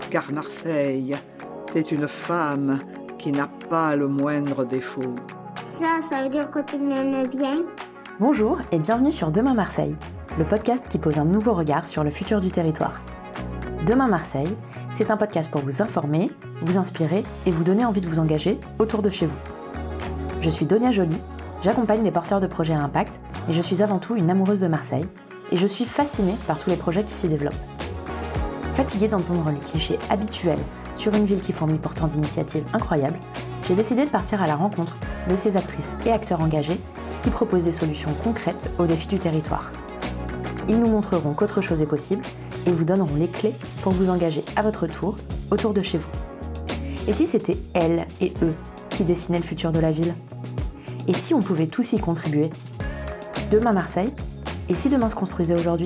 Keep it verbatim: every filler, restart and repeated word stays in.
car Marseille, c'est une femme qui n'a pas le moindre défaut. Ça, ça veut dire que tu m'aimes bien. Bonjour et bienvenue sur Demain Marseille, le podcast qui pose un nouveau regard sur le futur du territoire. Demain Marseille, c'est un podcast pour vous informer, vous inspirer et vous donner envie de vous engager autour de chez vous. Je suis Donia Joly, j'accompagne des porteurs de projets à impact et je suis avant tout une amoureuse de Marseille et je suis fascinée par tous les projets qui s'y développent. Fatiguée d'entendre les clichés habituels sur une ville qui fourmille pourtant d'initiatives incroyables, j'ai décidé de partir à la rencontre de ces actrices et acteurs engagés qui proposent des solutions concrètes aux défis du territoire. Ils nous montreront qu'autre chose est possible et vous donneront les clés pour vous engager à votre tour autour de chez vous. Et si c'était elles et eux qui dessinaient le futur de la ville ? Et si on pouvait tous y contribuer ? Demain Marseille ? Et si demain se construisait aujourd'hui ?